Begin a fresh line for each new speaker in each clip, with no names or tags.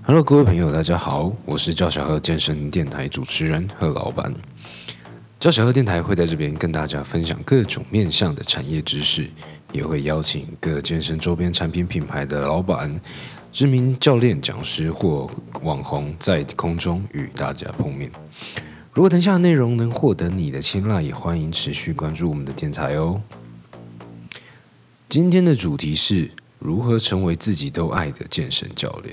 Hello，各位朋友，大家好，我是赵小贺健身电台主持人贺老板。赵小贺电台会在这边跟大家分享各种面向的产业知识，也会邀请各健身周边产品品牌的老板、知名教练、讲师或网红在空中与大家碰面。如果等下的内容能获得你的青睐，也欢迎持续关注我们的电台哦。今天的主题是如何成为自己都爱的健身教练。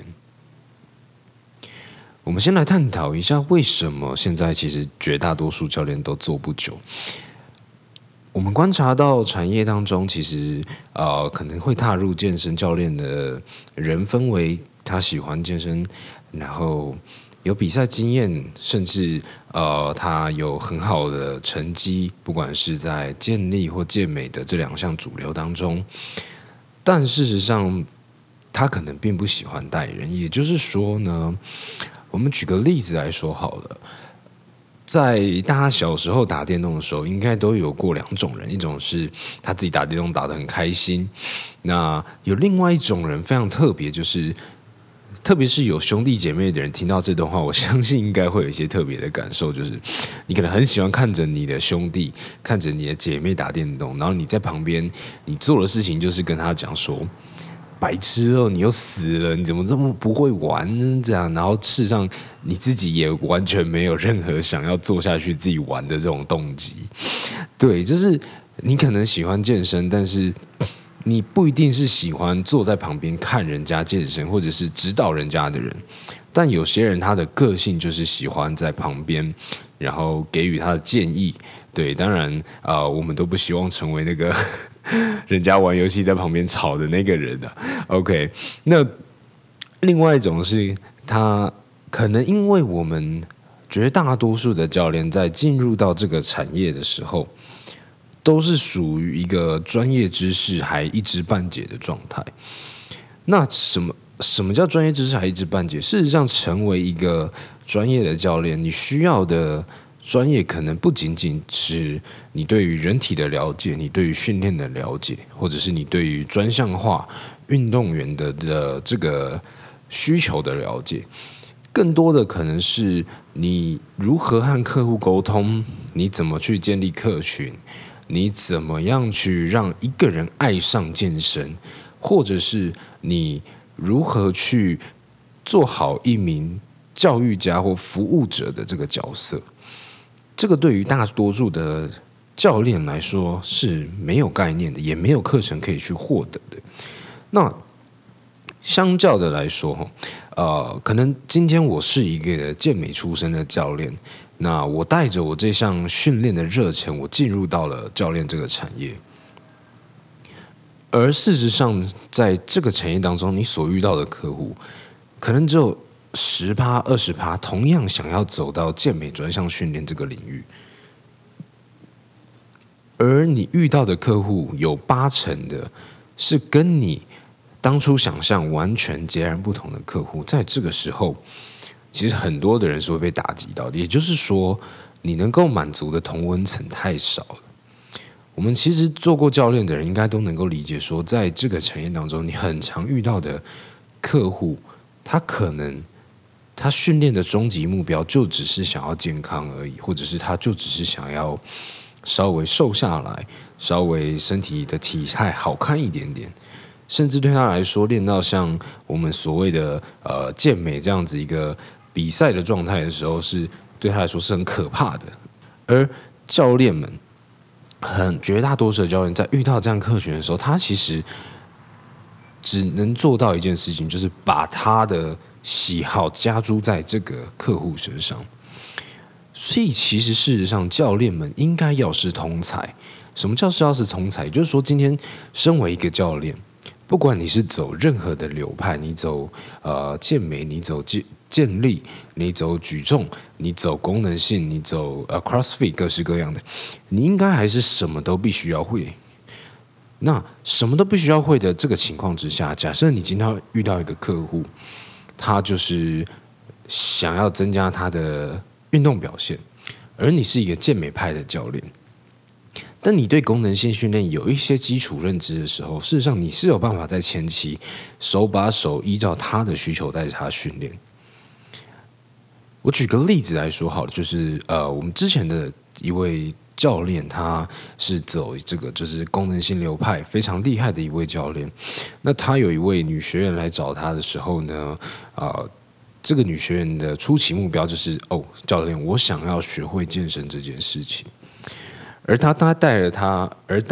我们先来探讨一下，为什么现在其实绝大多数教练都做不久。我们观察到产业当中，其实可能会踏入健身教练的人分为他喜欢健身，然后有比赛经验，甚至他有很好的成绩，不管是在健力或健美的这两项主流当中。但事实上，他可能并不喜欢带人，也就是说呢，我们举个例子来说好了，在大家小时候打电动的时候，应该都有过两种人，一种是他自己打电动打得很开心，那有另外一种人非常特别，就是特别是有兄弟姐妹的人听到这段话，我相信应该会有一些特别的感受，就是你可能很喜欢看着你的兄弟、看着你的姐妹打电动，然后你在旁边，你做的事情就是跟他讲说，白痴哦，你又死了，你怎么这么不会玩呢？这样，然后事实上你自己也完全没有任何想要做下去自己玩的这种动机。对，就是你可能喜欢健身，但是你不一定是喜欢坐在旁边看人家健身，或者是指导人家的人。但有些人他的个性就是喜欢在旁边，然后给予他的建议。对，当然我们都不希望成为那个人家玩游戏在旁边吵的那个人啊。OK， 那另外一种是他可能因为我们绝大多数的教练在进入到这个产业的时候，都是属于一个专业知识还一知半解的状态。那什么叫专业知识还一知半解？事实上，成为一个专业的教练，你需要的专业可能不仅仅是你对于人体的了解，你对于训练的了解，或者是你对于专项化运动员的这个需求的了解。更多的可能是你如何和客户沟通，你怎么去建立客群，你怎么样去让一个人爱上健身，或者是你如何去做好一名教育家或服务者的这个角色。这个对于大多数的教练来说是没有概念的，也没有课程可以去获得的。那相较的来说，可能今天我是一个健美出身的教练，那我带着我这项训练的热忱，我进入到了教练这个产业。而事实上，在这个产业当中，你所遇到的客户，可能只有10%、20%，同样想要走到健美专项训练这个领域，而你遇到的客户有80%的是跟你当初想象完全截然不同的客户。在这个时候，其实很多的人是会被打击到的，也就是说，你能够满足的同温层太少了。我们其实做过教练的人应该都能够理解说，在这个产业当中，你很常遇到的客户，他可能他训练的终极目标就只是想要健康而已，或者是他就只是想要稍微瘦下来，稍微身体的体态好看一点点，甚至对他来说，练到像我们所谓的健美这样子一个比赛的状态的时候，是对他来说是很可怕的。而教练们，绝大多数的教练在遇到这样客群的时候，他其实只能做到一件事情，就是把他的喜好加诸在这个客户身上。所以其实事实上，教练们应该要是通才。什么叫要是通才？也就是说，今天身为一个教练，不管你是走任何的流派，你走健美，你走健力，你走举重，你走功能性，你走CrossFit， 各式各样的，你应该还是什么都必须要会。那什么都必须要会的这个情况之下，假设你今天遇到一个客户，他就是想要增加他的运动表现，而你是一个健美派的教练，但你对功能性训练有一些基础认知的时候，事实上你是有办法在前期手把手依照他的需求带着他训练。 我举个例子来说好了，就是我们之前的一位教练，他是走这个就是功能性流派非常厉害的一位教练。那他有一位女学员来找他的时候呢，这个女学员的初期目标就是教练，我想要学会健身这件事情。而当他带了他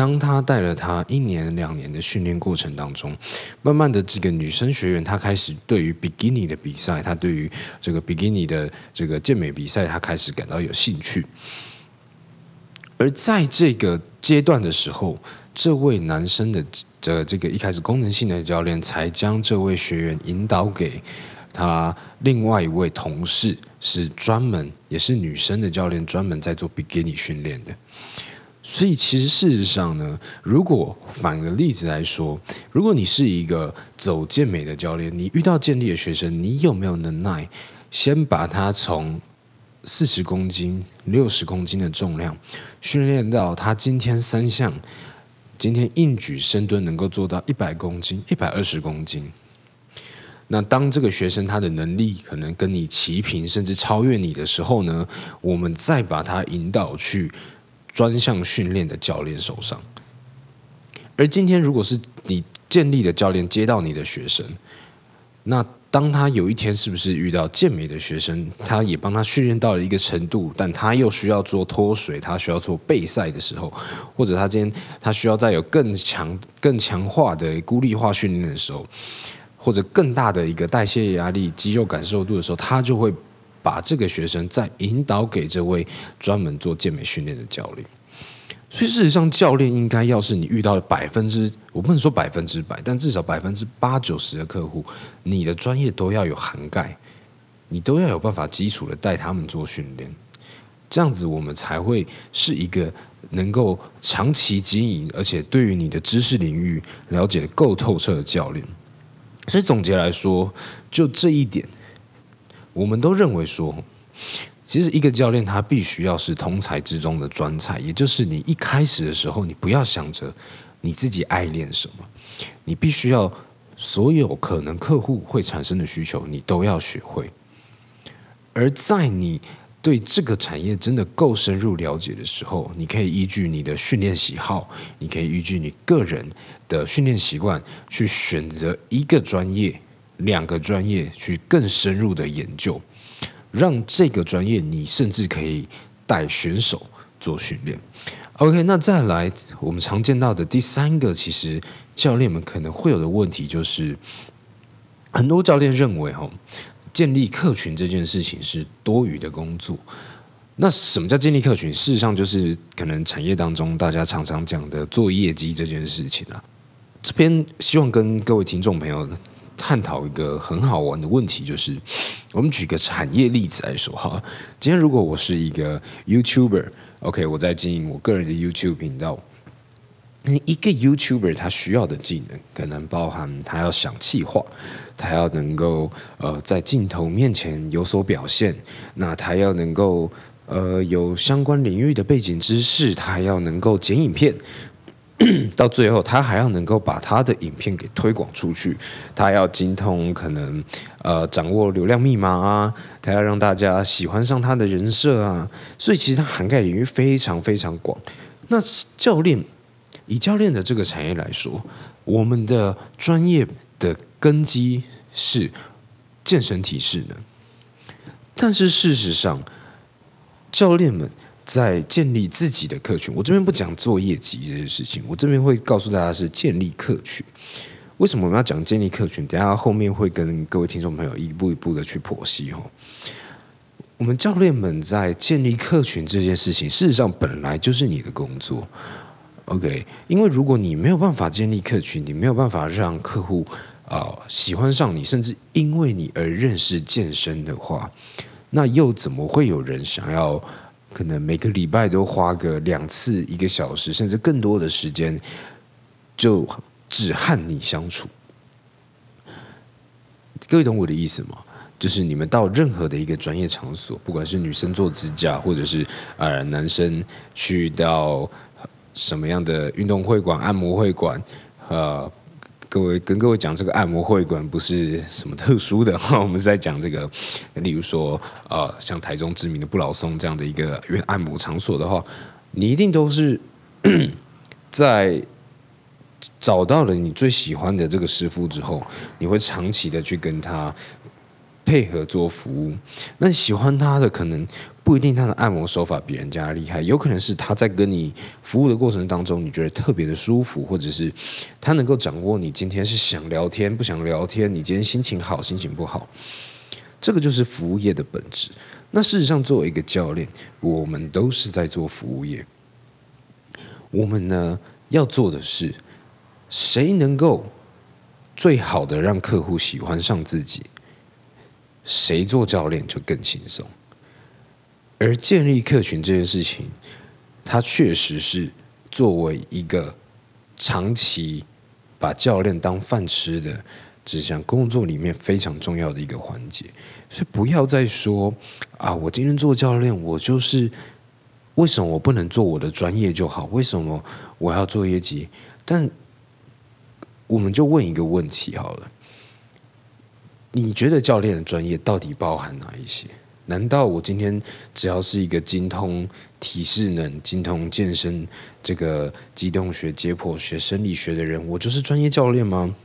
1年2年的训练过程当中，慢慢的这个女生学员她开始对于比基尼的比赛，她对于这个比基尼的这个健美比赛，她开始感到有兴趣。而在这个阶段的时候，这位男生的这个一开始功能性的教练才将这位学员引导给他另外一位同事，是专门也是女生的教练，专门在做比基尼训练的。所以其实事实上呢，如果反个例子来说，如果你是一个走健美的教练，你遇到健力的学生，你有没有能耐先把他从40公斤、60公斤的重量训练到他今天3项，今天硬举、深蹲能够做到100公斤、120公斤？那当这个学生他的能力可能跟你齐平，甚至超越你的时候呢，我们再把他引导去专项训练的教练手上。而今天如果是你健力的教练接到你的学生，那当他有一天是不是遇到健美的学生，他也帮他训练到了一个程度，但他又需要做脱水，他需要做备赛的时候，或者他今天他需要再有更强化的孤立化训练的时候，或者更大的一个代谢压力、肌肉感受度的时候，他就会把这个学生再引导给这位专门做健美训练的教练。所以事实上，教练应该要是你遇到的我不能说100%，但至少80%-90%的客户，你的专业都要有涵盖，你都要有办法基础的带他们做训练，这样子我们才会是一个能够长期经营，而且对于你的知识领域了解够透彻的教练。所以总结来说，就这一点，我们都认为说，其实一个教练他必须要是通才之中的专才，也就是你一开始的时候，你不要想着你自己爱练什么，你必须要所有可能客户会产生的需求，你都要学会。而在你对这个产业真的够深入了解的时候，你可以依据你的训练喜好，你可以依据你个人的训练习惯，去选择一个专业、2个专业去更深入的研究，让这个专业你甚至可以带选手做训练。OK， 那再来我们常见到的第3个，其实教练们可能会有的问题就是，很多教练认为建立客群这件事情是多余的工作。那什么叫建立客群？事实上就是可能产业当中大家常常讲的做业绩这件事情啊。这边希望跟各位听众朋友探讨一个很好玩的问题，就是我们举个产业例子来说哈。今天如果我是一个 YouTuber，OK， 我在经营我个人的 YouTube 频道。一个 YouTuber 他需要的技能，可能包含他要想企划，他要能够在镜头面前有所表现，那他要能够有相关领域的背景知识，他要能够剪影片，到最后他还要能够把他的影片给推广出去，他要精通可能掌握流量密码啊，他要让大家喜欢上他的人设啊，所以其实他涵盖领域非常非常广。那以教练的这个产业来说，我们的专业的根基是健身体适能，但是事实上，教练们在建立自己的客群，我这边不讲做业绩这些事情，我这边会告诉大家是建立客群。为什么我们要讲建立客群？等一下后面会跟各位听众朋友一步一步的去剖析我们教练们在建立客群这件事情，事实上本来就是你的工作。OK， 因为如果你没有办法建立客群，你没有办法让客户喜欢上你，甚至因为你而认识健身的话，那又怎么会有人想要可能每个礼拜都花个2次1个小时，甚至更多的时间，就只和你相处？各位懂我的意思吗？就是你们到任何的一个专业场所，不管是女生做指甲，或者是男生去到什么样的运动会馆、按摩会馆， 跟各位讲，这个按摩会馆不是什么特殊的哈，我们是在讲这个，例如说像台中知名的不老松这样的一个按摩场所的话，你一定都是在找到了你最喜欢的这个师傅之后，你会长期的去跟他配合做服务。那你喜欢他的，可能不一定他的按摩手法比人家厉害，有可能是他在跟你服务的过程当中，你觉得特别的舒服，或者是他能够掌握你今天是想聊天不想聊天，你今天心情好心情不好，这个就是服务业的本质。那事实上，作为一个教练，我们都是在做服务业。我们呢要做的是，谁能够最好的让客户喜欢上自己，谁做教练就更轻松。而建立客群这件事情，它确实是作为一个长期把教练当饭吃的这项工作里面非常重要的一个环节。所以不要再说我今天做教练，我就是为什么我不能做我的专业就好？为什么我要做业绩？但我们就问一个问题好了，你觉得教练的专业到底包含哪一些？难道我今天只要是一个精通体适能、精通健身、这个机动学、解剖学、生理学的人，我就是专业教练吗？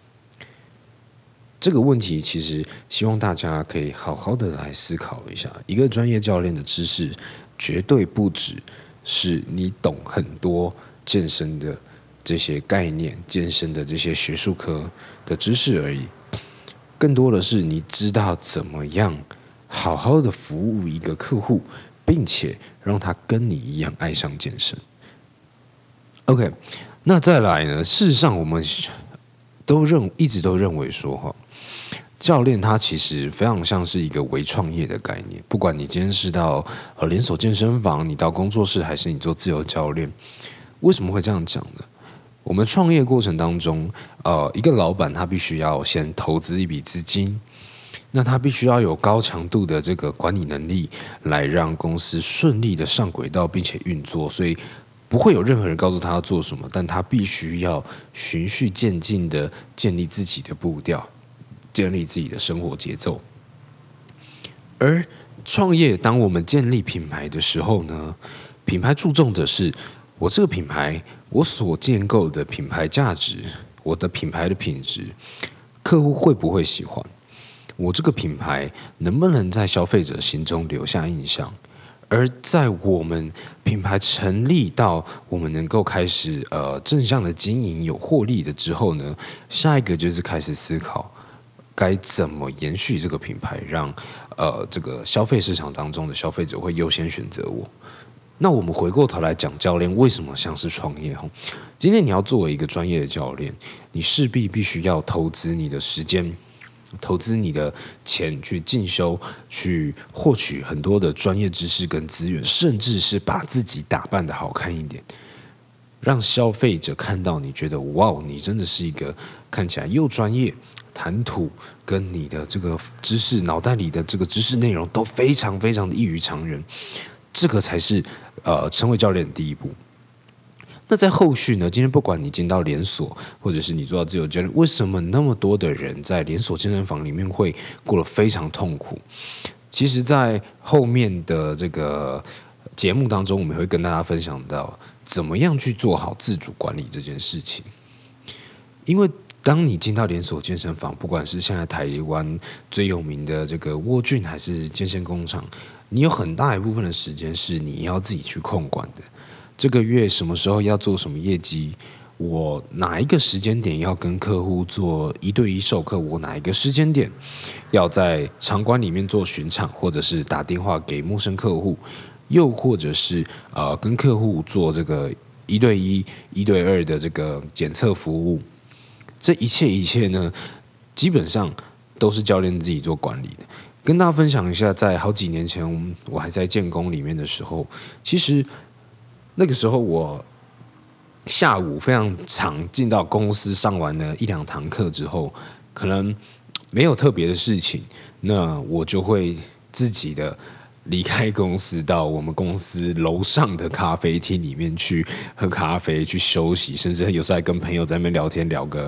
这个问题其实希望大家可以好好的来思考一下。一个专业教练的知识，绝对不只是你懂很多健身的这些概念、健身的这些学术科的知识而已，更多的是你知道怎么样好好的服务一个客户，并且让他跟你一样爱上健身。OK， 那再来呢？事实上，我们一直都认为说，教练他其实非常像是一个微创业的概念。不管你今天是到连锁健身房，你到工作室，还是你做自由教练，为什么会这样讲呢？我们创业过程当中，一个老板他必须要先投资一笔资金。那他必须要有高强度的这个管理能力，来让公司顺利的上轨道并且运作，所以不会有任何人告诉他要做什么，但他必须要循序渐进的建立自己的步调，建立自己的生活节奏。而创业，当我们建立品牌的时候呢，品牌注重的是我这个品牌，我所建构的品牌价值，我的品牌的品质，客户会不会喜欢？我这个品牌能不能在消费者心中留下印象？而在我们品牌成立到我们能够开始正向的经营有获利的之后呢，下一个就是开始思考该怎么延续这个品牌，让这个消费市场当中的消费者会优先选择我。那我们回过头来讲教练为什么像是创业？今天你要作为一个专业的教练，你势必须要投资你的时间，投资你的钱去进修，去获取很多的专业知识跟资源，甚至是把自己打扮得好看一点，让消费者看到你觉得哇，你真的是一个看起来又专业，谈吐跟你的这个知识脑袋里的这个知识内容都非常非常的异于常人，这个才是成为教练的第一步。那在后续呢？今天不管你进到连锁，或者是你做到自由教练，为什么那么多的人在连锁健身房里面会过得非常痛苦？其实，在后面的这个节目当中，我们会跟大家分享到怎么样去做好自主管理这件事情。因为当你进到连锁健身房，不管是现在台湾最有名的这个沃俊，还是健身工厂，你有很大一部分的时间是你要自己去控管的。这个月什么时候要做什么业绩，我哪一个时间点要跟客户做1对1授课，我哪一个时间点要在场馆里面做巡场，或者是打电话给陌生客户，又或者是跟客户做这个1对1、1对2的这个检测服务，这一切呢，基本上都是教练自己做管理的。跟大家分享一下，在好几年前我还在建工里面的时候，其实那个时候我下午非常常进到公司上完了1-2堂课之后，可能没有特别的事情，那我就会自己的离开公司，到我们公司楼上的咖啡厅里面去喝咖啡、去休息，甚至有时候还跟朋友在那边聊天，聊个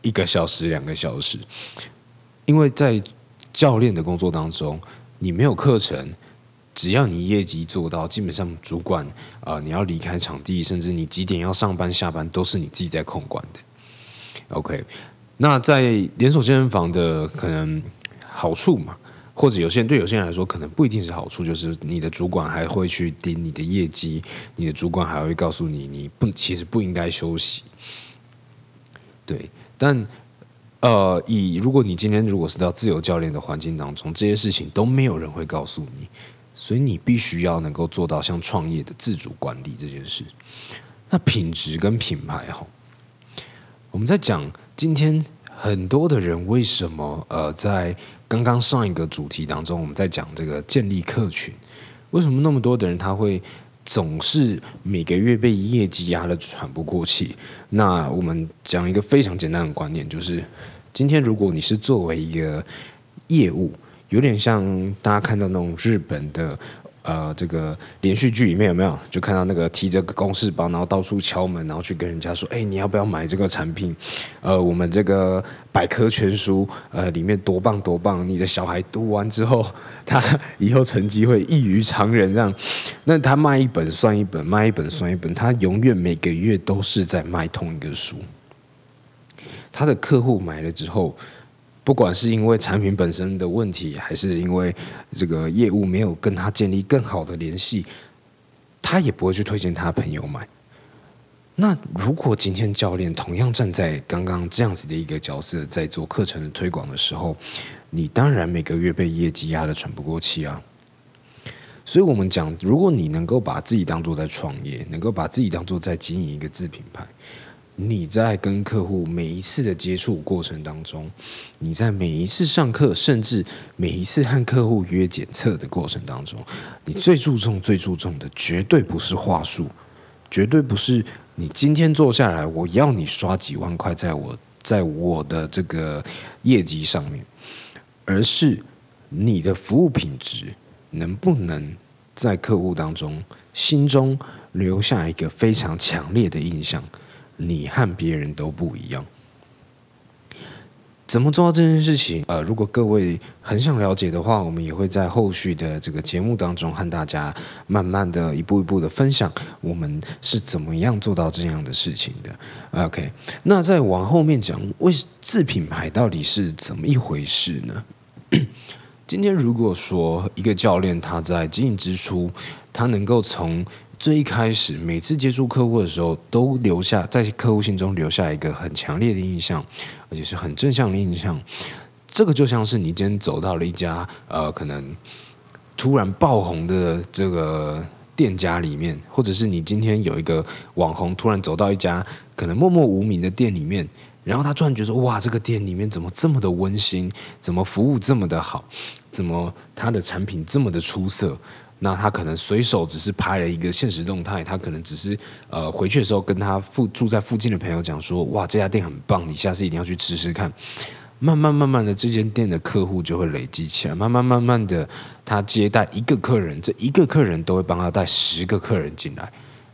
1个小时、2个小时，因为在教练的工作当中，你没有课程，只要你业绩做到，基本上主管你要离开场地，甚至你几点要上班下班，都是你自己在控管的。OK， 那在连锁健身房的可能好处嘛，或者对有些人来说，可能不一定是好处，就是你的主管还会去盯你的业绩，你的主管还会告诉你，其实不应该休息。对，但如果你今天是到自由教练的环境当中，这些事情都没有人会告诉你，所以你必须要能够做到像创业的自主管理这件事。那品质跟品牌我们在讲今天很多的人为什么在刚刚上一个主题当中，我们在讲这个建立客群，为什么那么多的人他会总是每个月被业绩压得喘不过气？那我们讲一个非常简单的观念，就是今天如果你是作为一个业务，有点像大家看到那种日本的这个连续剧里面有没有就看到那个提着个公事包，然后到处敲门，然后去跟人家说，你要不要买这个产品？我们这个百科全书里面多棒多棒，你的小孩读完之后，他以后成绩会异于常人这样。那他卖一本算一本，卖一本算一本，他永远每个月都是在卖同一个书。他的客户买了之后，不管是因为产品本身的问题，还是因为这个业务没有跟他建立更好的联系，他也不会去推荐他朋友买。那如果今天教练同样站在刚刚这样子的一个角色，在做课程的推广的时候，你当然每个月被业绩压得喘不过气啊。所以我们讲，如果你能够把自己当作在创业，能够把自己当作在经营一个自品牌，你在跟客户每一次的接触过程当中，你在每一次上课，甚至每一次和客户约检测的过程当中，你最注重的绝对不是话术，绝对不是你今天做下来我要你刷几万块在我的这个业绩上面，而是你的服务品质能不能在客户当中心中留下一个非常强烈的印象，你和别人都不一样。怎么做到这件事情？如果各位很想了解的话，我们也会在后续的这个节目当中和大家慢慢的一步一步的分享，我们是怎么样做到这样的事情的。OK， 那再往后面讲，自品牌到底是怎么一回事呢？今天如果说一个教练他在经营之初，他能够从最一开始每次接触客户的时候，都在客户心中留下一个很强烈的印象，而且是很正向的印象。这个就像是你今天走到了一家可能突然爆红的这个店家里面，或者是你今天有一个网红突然走到一家可能默默无名的店里面，然后他突然觉得哇，这个店里面怎么这么的温馨，怎么服务这么的好，怎么他的产品这么的出色。那他可能随手只是拍了一个限时动态，他可能只是回去的时候跟他住在附近的朋友讲说，哇，这家店很棒，你下次一定要去吃吃看。慢慢的，这间店的客户就会累积起来，慢慢的，他接待一个客人，这一个客人都会帮他带10个客人进来。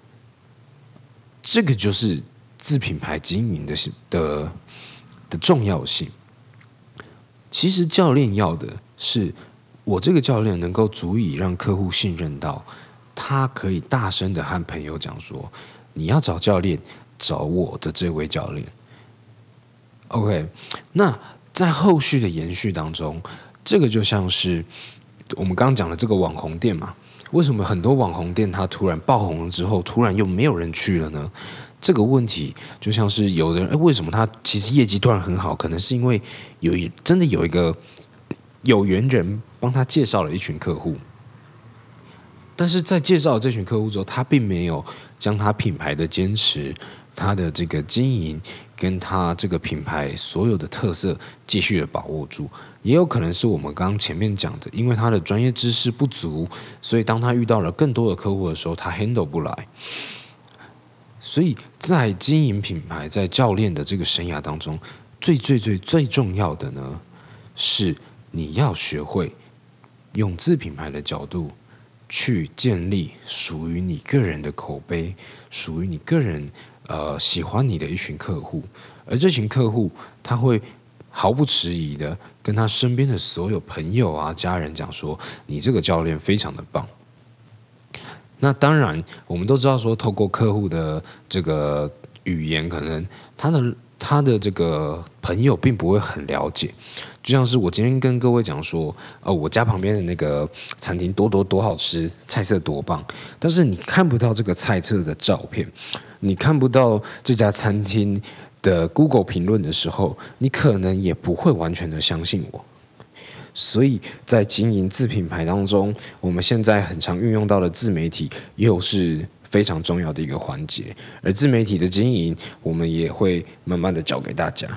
这个就是自品牌经营的重要性。其实教练要的是，我这个教练能够足以让客户信任到，他可以大声的和朋友讲说，你要找教练，找我的这位教练。OK， 那在后续的延续当中，这个就像是我们刚刚讲的这个网红店嘛，为什么很多网红店它突然爆红了之后，突然又没有人去了呢？这个问题就像是有的人，为什么他其实业绩突然很好，可能是因为真的有一个有缘人帮他介绍了一群客户，但是在介绍了这群客户之后，他并没有将他品牌的坚持，他的这个经营跟他这个品牌所有的特色继续的把握住。也有可能是我们刚刚前面讲的，因为他的专业知识不足，所以当他遇到了更多的客户的时候，他 handle 不来。所以在经营品牌，在教练的这个生涯当中，最重要的呢，是你要学会用自品牌的角度去建立属于你个人的口碑，属于你个人喜欢你的一群客户， 而这群客户他会毫不迟疑的跟他身边的所有朋友啊、家人讲说，你这个教练非常的棒。那当然，我们都知道说，透过客户的这个语言，可能他的这个朋友并不会很了解。就像是我今天跟各位讲说，我家旁边的那个餐厅多好吃，菜色多棒，但是你看不到这个菜色的照片，你看不到这家餐厅的 Google 评论的时候，你可能也不会完全的相信我。所以在经营自品牌当中，我们现在很常运用到的自媒体，又是非常重要的一个环节。而自媒体的经营，我们也会慢慢的教给大家。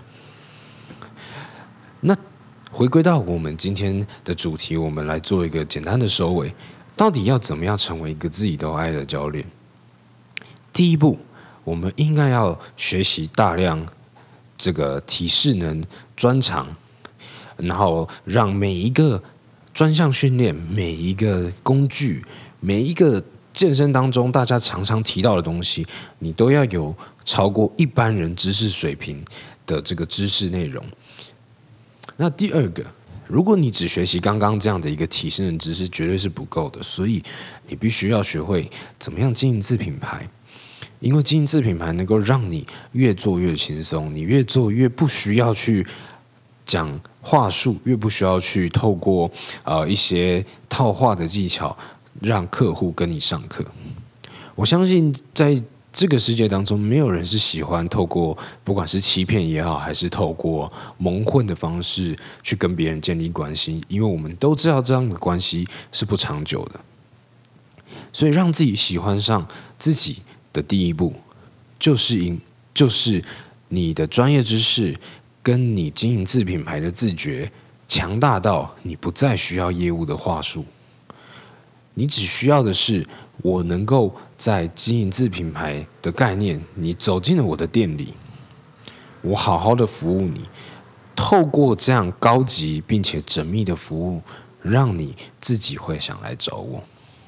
那回归到我们今天的主题，我们来做一个简单的收尾。到底要怎么样成为一个自己都爱的教练？第一步，我们应该要学习大量这个体适能专长。然后让每一个专项训练、每一个工具、每一个健身当中大家常常提到的东西，你都要有超过一般人知识水平的这个知识内容。那第二个，如果你只学习刚刚这样的一个体适能知识，绝对是不够的，所以你必须要学会怎么样经营自品牌。因为经营自品牌能够让你越做越轻松，你越做越不需要去讲话术，越不需要去透过一些套话的技巧让客户跟你上课。我相信在这个世界当中，没有人是喜欢透过不管是欺骗也好，还是透过蒙混的方式去跟别人建立关系，因为我们都知道这样的关系是不长久的。所以让自己喜欢上自己的第一步，就是你的专业知识跟你经营自品牌的自觉强大到你不再需要业务的话术，你只需要的是我能够在经营自品牌的概念，你走进了我的店里，我好好的服务你，透过这样高级并且缜密的服务，让你自己会想来找我。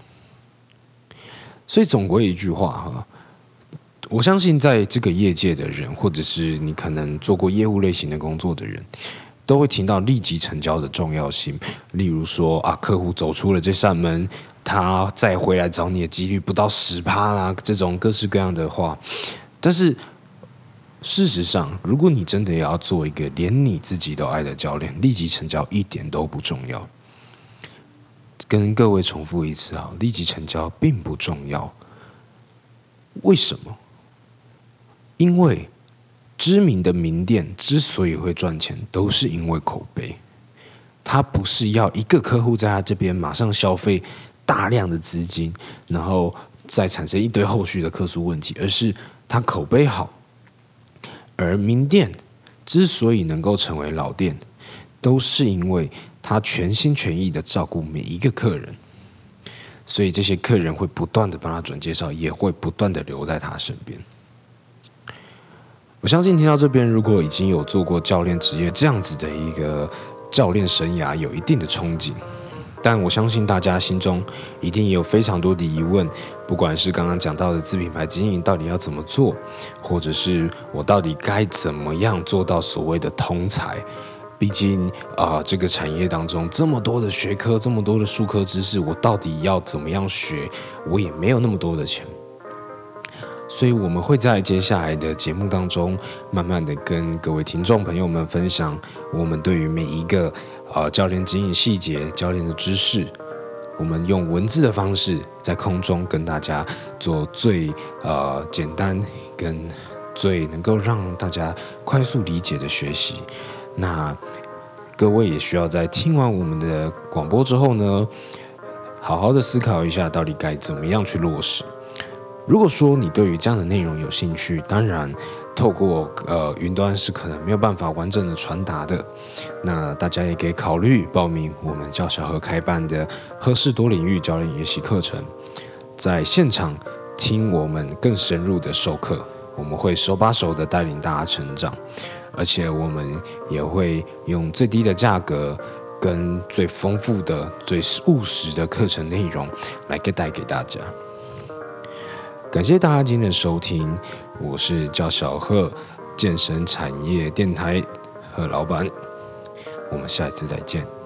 所以总归一句话哈，我相信在这个业界的人，或者是你可能做过业务类型的工作的人，都会听到立即成交的重要性。例如说客户走出了这扇门，他再回来找你的几率不到10%啦，这种各式各样的话。但是事实上，如果你真的要做一个连你自己都爱的教练，立即成交一点都不重要。跟各位重复一次立即成交并不重要。为什么？因为知名的名店之所以会赚钱，都是因为口碑。他不是要一个客户在他这边马上消费大量的资金，然后再产生一堆后续的客诉问题，而是他口碑好。而名店之所以能够成为老店，都是因为他全心全意的照顾每一个客人，所以这些客人会不断的帮他转介绍，也会不断的留在他身边。我相信听到这边，如果已经有做过教练职业这样子的一个教练生涯，有一定的憧憬，但我相信大家心中一定也有非常多的疑问，不管是刚刚讲到的自品牌经营到底要怎么做，或者是我到底该怎么样做到所谓的通才。毕竟这个产业当中这么多的学科，这么多的术科知识，我到底要怎么样学？我也没有那么多的钱。所以我们会在接下来的节目当中，慢慢的跟各位听众朋友们分享我们对于每一个教练经营细节、教练的知识，我们用文字的方式在空中跟大家做最简单跟最能够让大家快速理解的学习。那各位也需要在听完我们的广播之后呢，好好的思考一下，到底该怎么样去落实。如果说你对于这样的内容有兴趣，当然透过云端是可能没有办法完整的传达的，那大家也可以考虑报名我们叫小何开办的合适多领域教练研习课程，在现场听我们更深入的授课，我们会手把手的带领大家成长，而且我们也会用最低的价格跟最丰富的、最务实的课程内容来带给大家。感谢大家今天的收听，我是叫小贺， 健身产业电台和老板，我们下一次再见。